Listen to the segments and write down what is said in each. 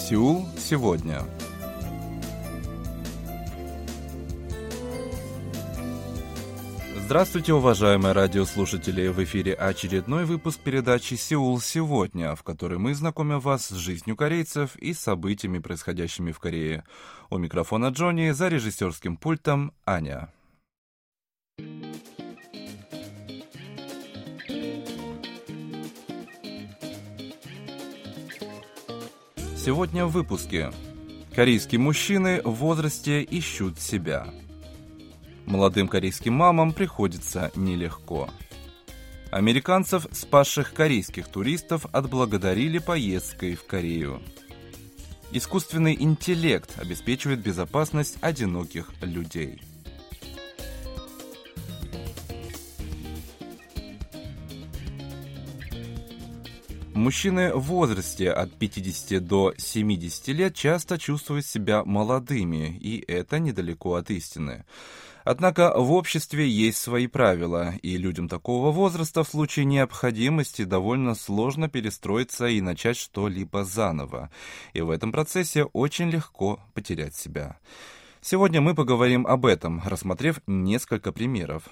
Сеул сегодня. Здравствуйте, уважаемые радиослушатели! В эфире очередной выпуск передачи «Сеул сегодня», в которой мы знакомим вас с жизнью корейцев и событиями, происходящими в Корее. У микрофона Джонни, за режиссерским пультом Аня. Сегодня в выпуске. Корейские мужчины в возрасте ищут себя. Молодым корейским мамам приходится нелегко. Американцев, спасших корейских туристов, отблагодарили поездкой в Корею. Искусственный интеллект обеспечивает безопасность одиноких людей. Мужчины в возрасте от 50 до 70 лет часто чувствуют себя молодыми, и это недалеко от истины. Однако в обществе есть свои правила, и людям такого возраста в случае необходимости довольно сложно перестроиться и начать что-либо заново. И в этом процессе очень легко потерять себя. Сегодня мы поговорим об этом, рассмотрев несколько примеров.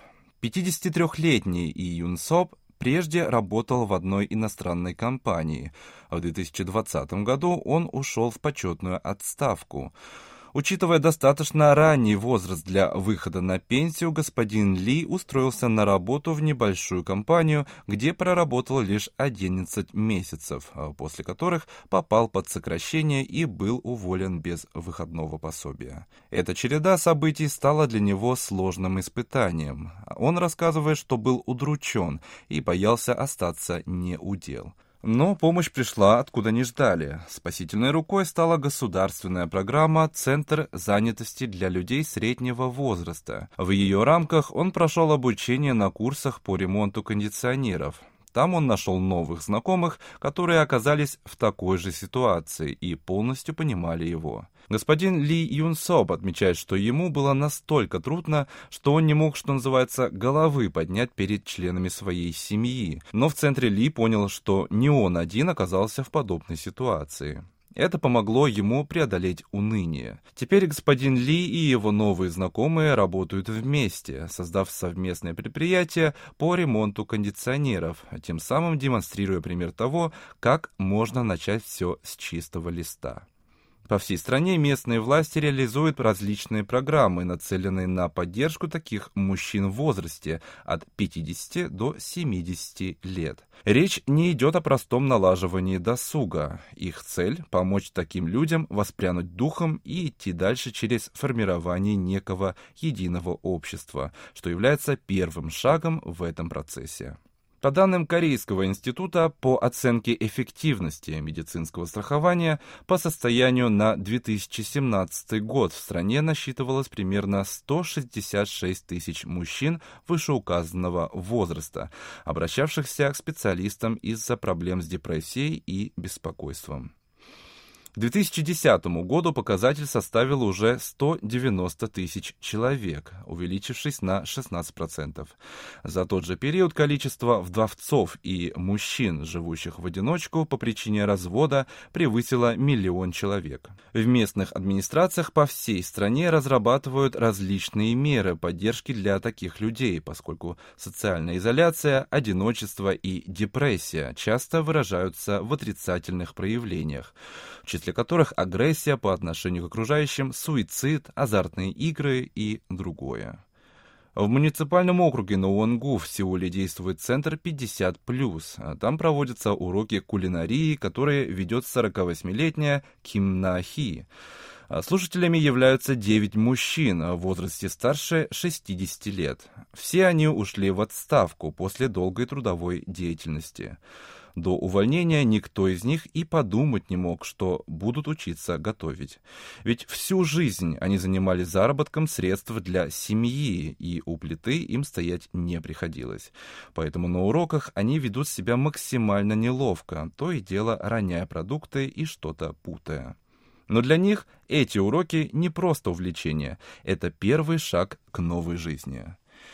53-летний И Юн Соп прежде работал в одной иностранной компании. В 2020 году он ушел в почетную отставку. Учитывая достаточно ранний возраст для выхода на пенсию, господин Ли устроился на работу в небольшую компанию, где проработал лишь 11 месяцев, после которых попал под сокращение и был уволен без выходного пособия. Эта череда событий стала для него сложным испытанием. Он рассказывает, что был удручен и боялся остаться не у дел. Но помощь пришла, откуда не ждали. Спасительной рукой стала государственная программа «Центр занятости для людей среднего возраста». В ее рамках он прошел обучение на курсах по ремонту кондиционеров. Там он нашел новых знакомых, которые оказались в такой же ситуации и полностью понимали его. Господин Ли Юн Соп отмечает, что ему было настолько трудно, что он не мог, что называется, головы поднять перед членами своей семьи. Но в центре Ли понял, что не он один оказался в подобной ситуации. Это помогло ему преодолеть уныние. Теперь господин Ли и его новые знакомые работают вместе, создав совместное предприятие по ремонту кондиционеров, тем самым демонстрируя пример того, как можно начать все с чистого листа. По всей стране местные власти реализуют различные программы, нацеленные на поддержку таких мужчин в возрасте от 50 до 70 лет. Речь не идет о простом налаживании досуга. Их цель – помочь таким людям воспрянуть духом и идти дальше через формирование некого единого общества, что является первым шагом в этом процессе. По данным Корейского института по оценке эффективности медицинского страхования, по состоянию на 2017 год в стране насчитывалось примерно 166 тысяч мужчин вышеуказанного возраста, обращавшихся к специалистам из-за проблем с депрессией и беспокойством. К 2010 году показатель составил уже 190 тысяч человек, увеличившись на 16%. За тот же период количество вдовцов и мужчин, живущих в одиночку по причине развода, превысило 1 миллион человек. В местных администрациях по всей стране разрабатывают различные меры поддержки для таких людей, поскольку социальная изоляция, одиночество и депрессия часто выражаются в отрицательных проявлениях, в числе которых агрессия по отношению к окружающим, суицид, азартные игры и другое. В муниципальном округе Ноуонгу в Сеуле действует центр 50+. Там проводятся уроки кулинарии, которые ведет 48-летняя Ким На Хи. Слушателями являются 9 мужчин в возрасте старше 60 лет. Все они ушли в отставку после долгой трудовой деятельности. До увольнения никто из них и подумать не мог, что будут учиться готовить. Ведь всю жизнь они занимались заработком средств для семьи, и у плиты им стоять не приходилось. Поэтому на уроках они ведут себя максимально неловко, то и дело роняя продукты и что-то путая. Но для них эти уроки не просто увлечение, это первый шаг к новой жизни.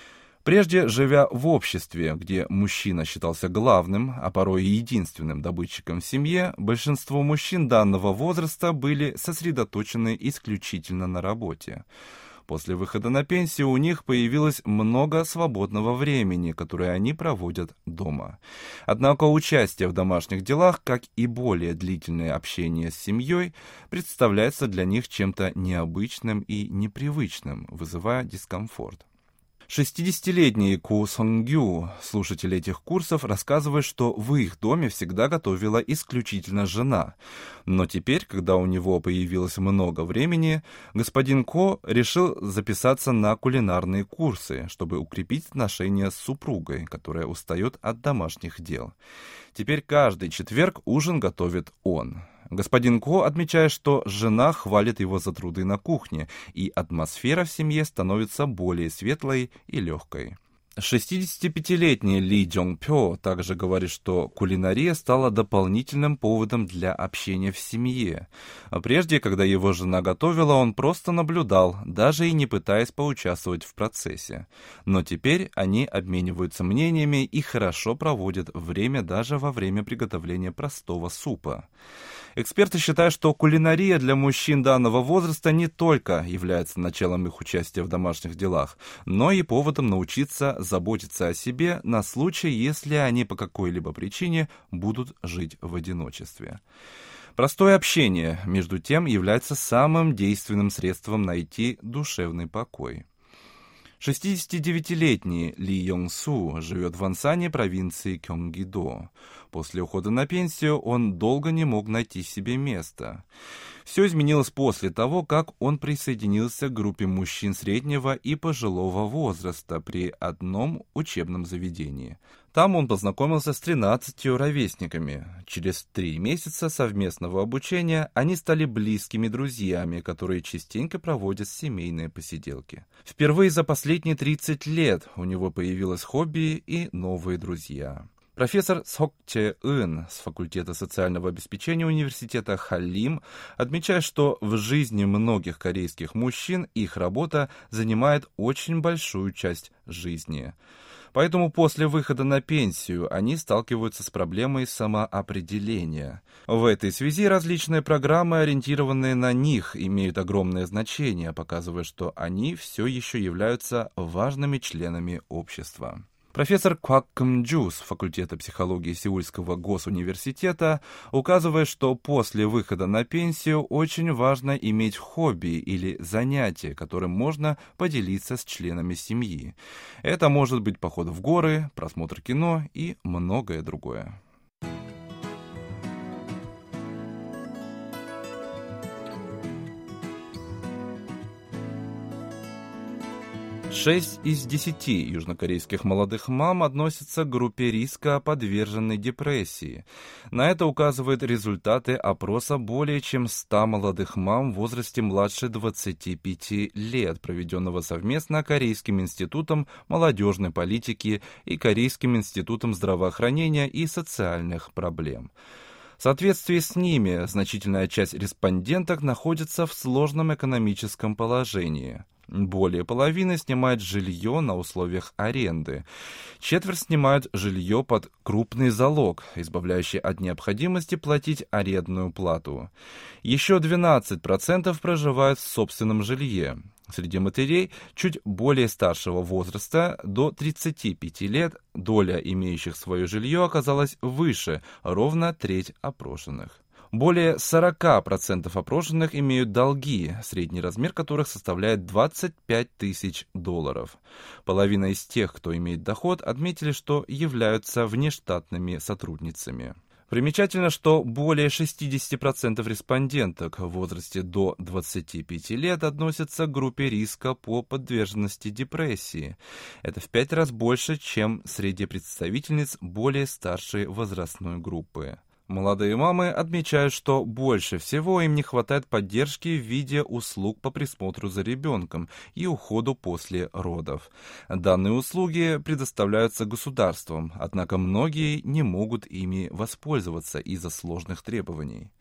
Прежде, живя в обществе, где мужчина считался главным, а порой и единственным добытчиком в семье, большинство мужчин данного возраста были сосредоточены исключительно на работе. После выхода на пенсию у них появилось много свободного времени, которое они проводят дома. Однако участие в домашних делах, как и более длительное общение с семьей, представляется для них чем-то необычным и непривычным, вызывая дискомфорт. 60-летний Ку Сонгю, слушатель этих курсов, рассказывает, что в их доме всегда готовила исключительно жена. Но теперь, когда у него появилось много времени, господин Ко решил записаться на кулинарные курсы, чтобы укрепить отношения с супругой, которая устает от домашних дел. Теперь каждый четверг ужин готовит он. Господин Ко отмечает, что жена хвалит его за труды на кухне, и атмосфера в семье становится более светлой и легкой. 65-летний Ли Джонг Пё также говорит, что кулинария стала дополнительным поводом для общения в семье. Прежде, когда его жена готовила, он просто наблюдал, даже и не пытаясь поучаствовать в процессе. Но теперь они обмениваются мнениями и хорошо проводят время даже во время приготовления простого супа. Эксперты считают, что кулинария для мужчин данного возраста не только является началом их участия в домашних делах, но и поводом научиться заботиться о себе на случай, если они по какой-либо причине будут жить в одиночестве. Простое общение, между тем, является самым действенным средством найти душевный покой. 69-летний Ли Йонг Су живет в Ансане, провинции Кёнгги-до. После ухода на пенсию он долго не мог найти себе места. Все изменилось после того, как он присоединился к группе мужчин среднего и пожилого возраста при одном учебном заведении. Там он познакомился с 13 ровесниками. Через 3 месяца совместного обучения они стали близкими друзьями, которые частенько проводят семейные посиделки. Впервые за последние 30 лет у него появилось хобби и новые друзья. Профессор Сок Че Ын с факультета социального обеспечения университета Халим отмечает, что в жизни многих корейских мужчин их работа занимает очень большую часть жизни. Поэтому после выхода на пенсию они сталкиваются с проблемой самоопределения. В этой связи различные программы, ориентированные на них, имеют огромное значение, показывая, что они все еще являются важными членами общества. Профессор Kwak Кым-Джу с факультета психологии Сеульского госуниверситета указывает, что после выхода на пенсию очень важно иметь хобби или занятие, которым можно поделиться с членами семьи. Это может быть поход в горы, просмотр кино и многое другое. 6 из 10 южнокорейских молодых мам относятся к группе риска, подверженной депрессии. На это указывают результаты опроса более чем 100 молодых мам в возрасте младше 25 лет, проведенного совместно Корейским институтом молодежной политики и Корейским институтом здравоохранения и социальных проблем. В соответствии с ними, значительная часть респонденток находится в сложном экономическом положении. Более половины снимают жилье на условиях аренды. Четверть снимают жилье под крупный залог, избавляющий от необходимости платить арендную плату. Еще 12% проживают в собственном жилье. Среди матерей чуть более старшего возраста, до 35 лет, доля имеющих свое жилье оказалась выше, ровно треть опрошенных. Более 40% опрошенных имеют долги, средний размер которых составляет $25 тысяч. Половина из тех, кто имеет доход, отметили, что являются внештатными сотрудницами. Примечательно, что более 60% респонденток в возрасте до 25 лет относятся к группе риска по подверженности депрессии. Это в 5 раз больше, чем среди представительниц более старшей возрастной группы. Молодые мамы отмечают, что больше всего им не хватает поддержки в виде услуг по присмотру за ребенком и уходу после родов. Данные услуги предоставляются государством, однако многие не могут ими воспользоваться из-за сложных требований.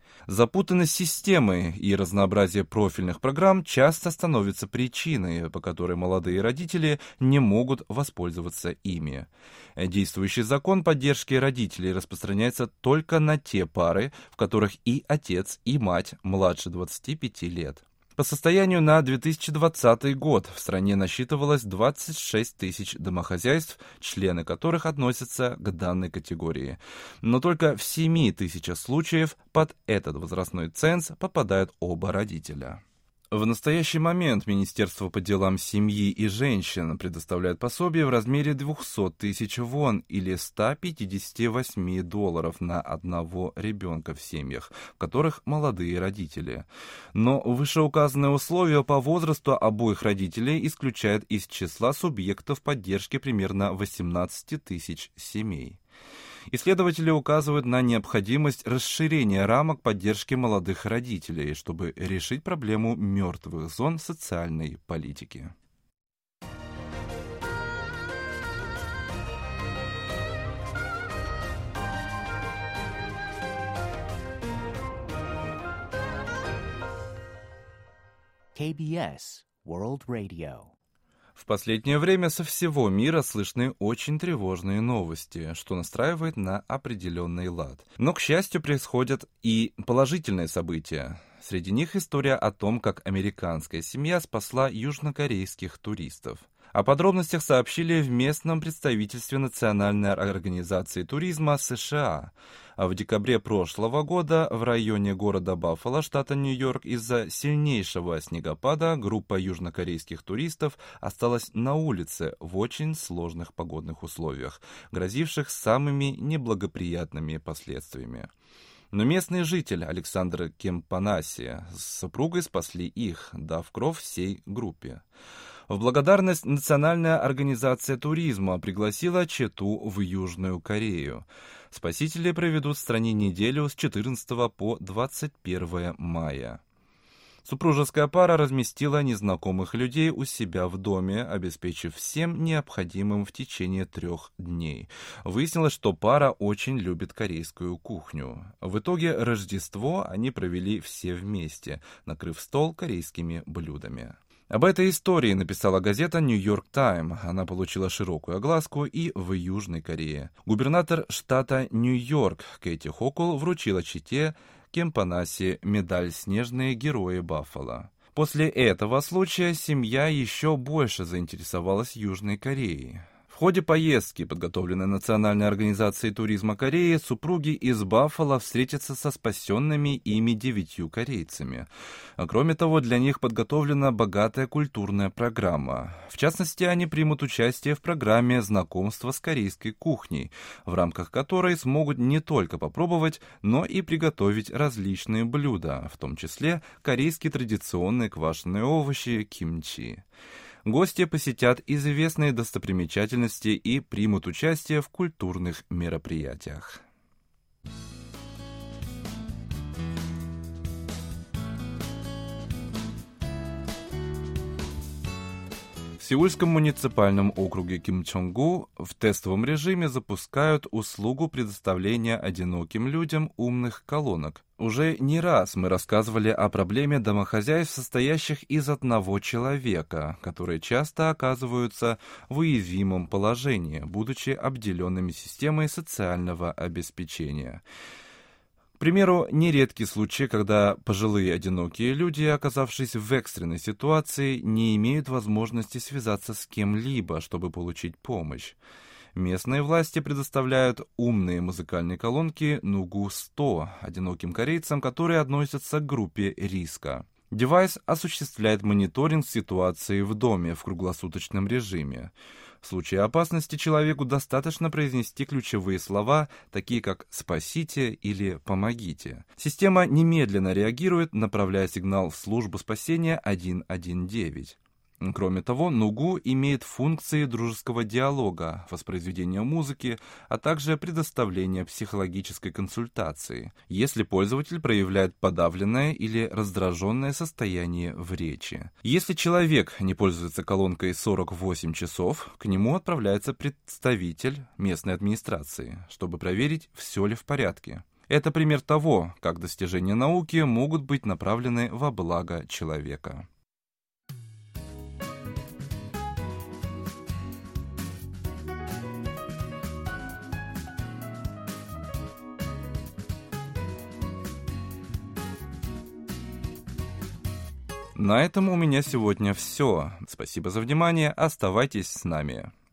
Запутанность системы и разнообразие профильных программ часто становятся причиной, по которой молодые родители не могут воспользоваться ими. Действующий закон поддержки родителей распространяется только на те пары, в которых и отец, и мать младше 25 лет. По состоянию на 2020 год в стране насчитывалось 26 тысяч домохозяйств, члены которых относятся к данной категории. Но только в 7 тысячах случаев под этот возрастной ценз попадают оба родителя. В настоящий момент Министерство по делам семьи и женщин предоставляет пособие в размере 200 тысяч вон или $158 на одного ребенка в семьях, в которых молодые родители. Но вышеуказанные условия по возрасту обоих родителей исключают из числа субъектов поддержки примерно 18 тысяч семей. Исследователи указывают на необходимость расширения рамок поддержки молодых родителей, чтобы решить проблему мертвых зон социальной политики. KBS World Radio. В последнее время со всего мира слышны очень тревожные новости, что настраивает на определенный лад. Но, к счастью, происходят и положительные события. Среди них история о том, как американская семья спасла южнокорейских туристов. О подробностях сообщили в местном представительстве Национальной организации туризма США. А в декабре прошлого года в районе города Баффало, штата Нью-Йорк, из-за сильнейшего снегопада группа южнокорейских туристов осталась на улице в очень сложных погодных условиях, грозивших самыми неблагоприятными последствиями. Но местный житель Александр Кемпанаси с супругой спасли их, дав кров всей группе. В благодарность Национальная организация туризма пригласила чету в Южную Корею. Спасители проведут в стране неделю с 14 по 21 мая. Супружеская пара разместила незнакомых людей у себя в доме, обеспечив всем необходимым в течение 3 дней. Выяснилось, что пара очень любит корейскую кухню. В итоге Рождество они провели все вместе, накрыв стол корейскими блюдами. Об этой истории написала газета «Нью-Йорк Тайм». Она получила широкую огласку и в Южной Корее. Губернатор штата Нью-Йорк Кэти Хокул вручила чете Кемпанаси медаль «Снежные герои Баффало». После этого случая семья еще больше заинтересовалась Южной Кореей. В ходе поездки, подготовленной Национальной организацией туризма Кореи, супруги из Баффало встретятся со спасенными ими 9 корейцами. Кроме того, для них подготовлена богатая культурная программа. В частности, они примут участие в программе знакомства с корейской кухней, в рамках которой смогут не только попробовать, но и приготовить различные блюда, в том числе корейские традиционные квашеные овощи кимчи. Гости посетят известные достопримечательности и примут участие в культурных мероприятиях. В Сеульском муниципальном округе Кимчонгу в тестовом режиме запускают услугу предоставления одиноким людям умных колонок. Уже не раз мы рассказывали о проблеме домохозяйств, состоящих из одного человека, которые часто оказываются в уязвимом положении, будучи обделенными системой социального обеспечения. К примеру, нередки случаи, когда пожилые одинокие люди, оказавшись в экстренной ситуации, не имеют возможности связаться с кем-либо, чтобы получить помощь. Местные власти предоставляют умные музыкальные колонки Nugu-100 одиноким корейцам, которые относятся к группе риска. Девайс осуществляет мониторинг ситуации в доме в круглосуточном режиме. В случае опасности человеку достаточно произнести ключевые слова, такие как «спасите» или «помогите». Система немедленно реагирует, направляя сигнал в службу спасения 119. Кроме того, Nugu имеет функции дружеского диалога, воспроизведения музыки, а также предоставления психологической консультации, если пользователь проявляет подавленное или раздраженное состояние в речи. Если человек не пользуется колонкой 48 часов, к нему отправляется представитель местной администрации, чтобы проверить, все ли в порядке. Это пример того, как достижения науки могут быть направлены во благо человека. На этом у меня сегодня все. Спасибо за внимание, оставайтесь с нами.